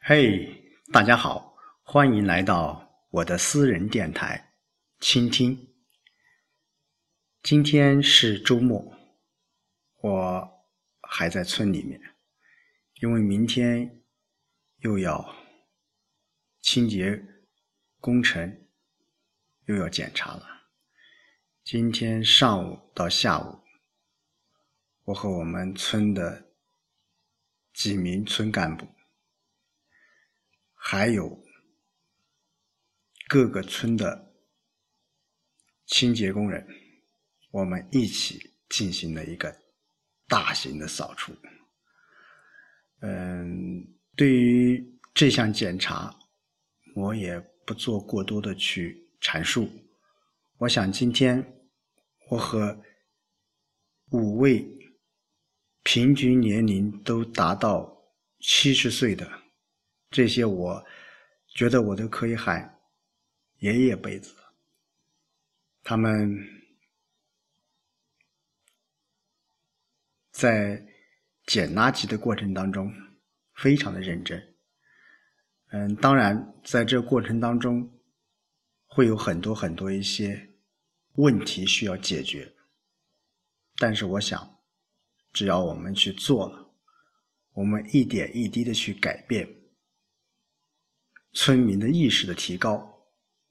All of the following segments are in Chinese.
嘿，大家好，欢迎来到我的私人电台，倾听。今天是周末，我还在村里面，因为明天又要清洁工程，又要检查了。今天上午到下午，我和我们村的几名村干部还有各个村的清洁工人，我们一起进行了一个大型的扫除。对于这项检查，我也不做过多的去阐述。我想今天我和5位平均年龄都达到70岁的，这些我觉得我都可以喊爷爷辈子。他们在捡垃圾的过程当中非常的认真。当然在这过程当中会有很多一些问题需要解决，但是我想只要我们去做了，我们一点一滴的去改变，村民的意识的提高，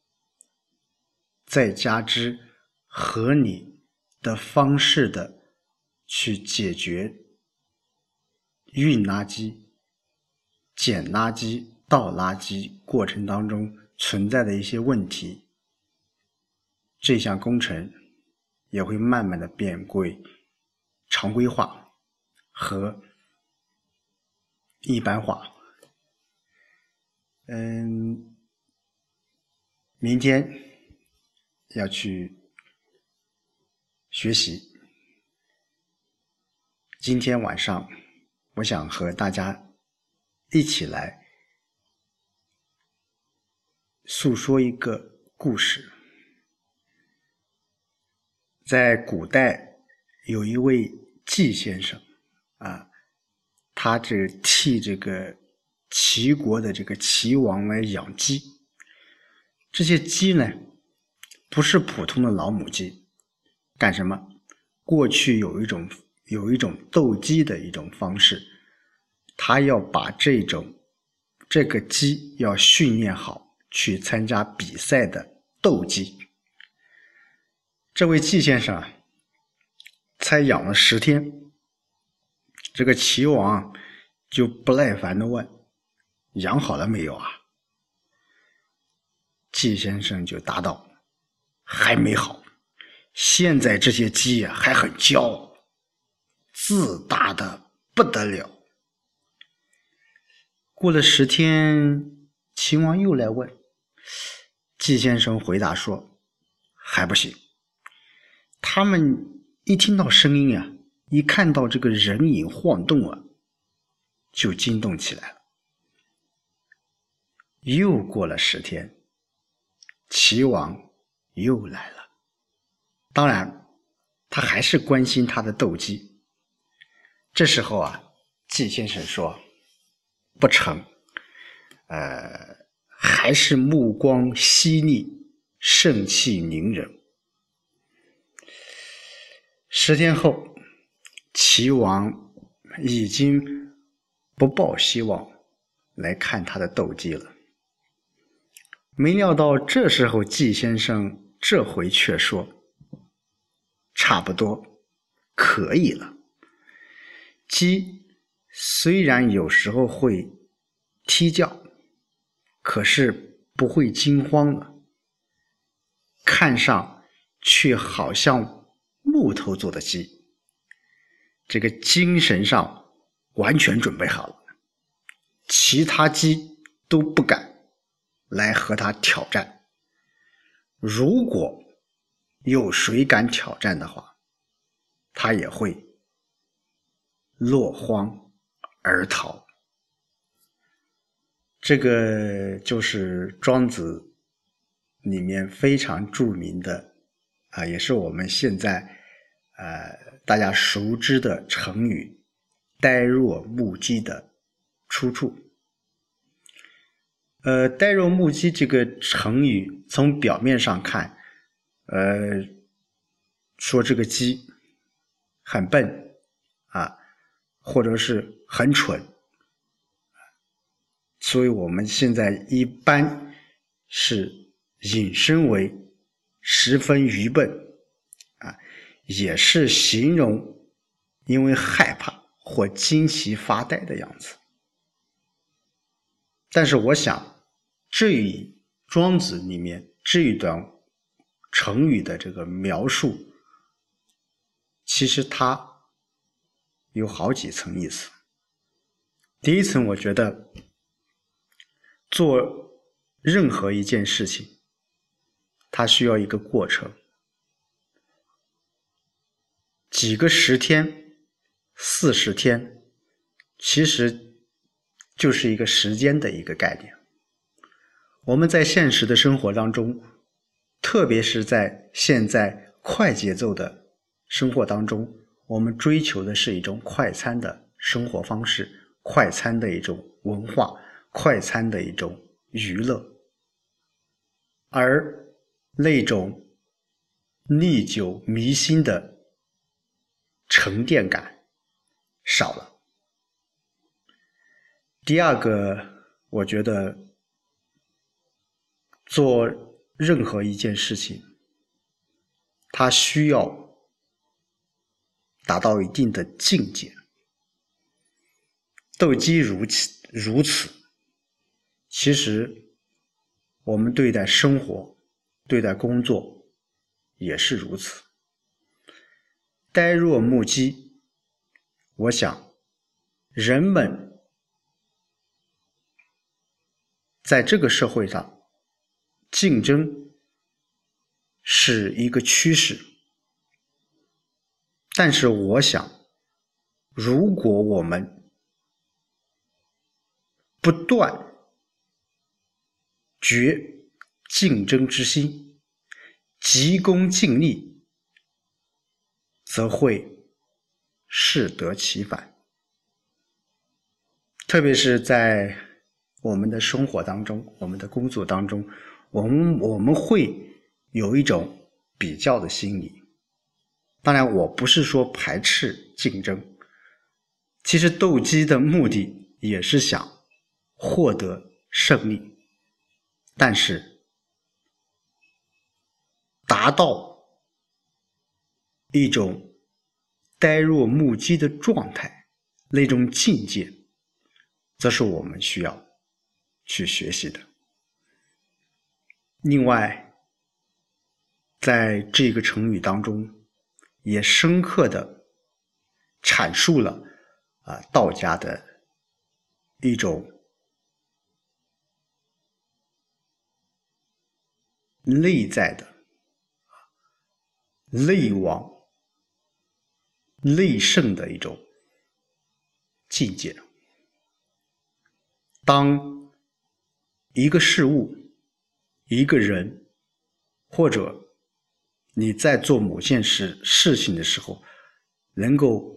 再加之合理的方式的去解决运垃圾、捡垃圾、倒垃圾过程当中存在的一些问题，这项工程也会慢慢的变归常规化和一般化。明天要去学习，今天晚上我想和大家一起来诉说一个故事。在古代有一位季先生他替这个齐国的这个齐王来养鸡。这些鸡呢不是普通的老母鸡，干什么？过去有一种斗鸡的一种方式，他要把这个鸡要训练好去参加比赛的斗鸡。这位季先生才养了10天，这个齐王就不耐烦地问：养好了没有啊？季先生就答道：还没好，现在这些鸡还很骄傲，自大的不得了。过了10天，齐王又来问，季先生回答说：还不行，他们一听到声音一看到这个人影晃动就惊动起来了。又过了10天，齐王又来了，当然他还是关心他的斗鸡。这时候季先生说：不成，还是目光犀利，盛气凌人。10天后，齐王已经不抱希望来看他的斗鸡了。没料到这时候季先生这回却说：差不多可以了。鸡虽然有时候会啼叫，可是不会惊慌了，看上去好像木头做的鸡，这个精神上完全准备好了，其他鸡都不敢来和他挑战。如果有谁敢挑战的话，他也会落荒而逃。这个就是庄子里面非常著名的也是我们现在大家熟知的成语呆若木鸡的出处。 呆若木鸡这个成语从表面上看，说这个鸡很笨啊，或者是很蠢，所以我们现在一般是引申为十分愚笨啊，也是形容因为害怕或惊奇发呆的样子。但是我想这一庄子里面这一段成语的这个描述，其实它有好几层意思。第一层，我觉得做任何一件事情，它需要一个过程，几个10天、40天，其实就是一个时间的一个概念。我们在现实的生活当中，特别是在现在快节奏的生活当中，我们追求的是一种快餐的生活方式，快餐的一种文化，快餐的一种娱乐，而那种历久弥新的沉淀感少了。第二个，我觉得做任何一件事情，它需要达到一定的境界。斗鸡如此，其实我们对待生活、对待工作也是如此。呆若木鸡，我想人们在这个社会上竞争是一个趋势，但是我想如果我们不断绝竞争之心，急功近利，则会适得其反。特别是在我们的生活当中，我们的工作当中，我们会有一种比较的心理。当然我不是说排斥竞争，其实斗鸡的目的也是想获得胜利，但是达到一种呆若木鸡的状态，那种境界，则是我们需要去学习的。另外，在这个成语当中，也深刻地阐述了道家的一种内在的内王内圣的一种境界。当一个事物、一个人，或者你在做某件事情的时候，能够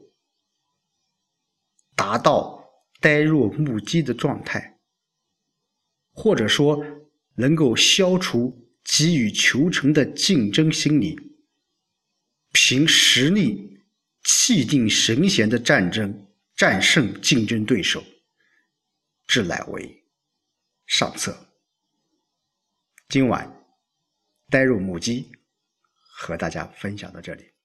达到呆若木鸡的状态，或者说能够消除急于求成的竞争心理，凭实力气定神闲的战胜竞争对手，这乃为上策。今晚呆若木鸡和大家分享到这里。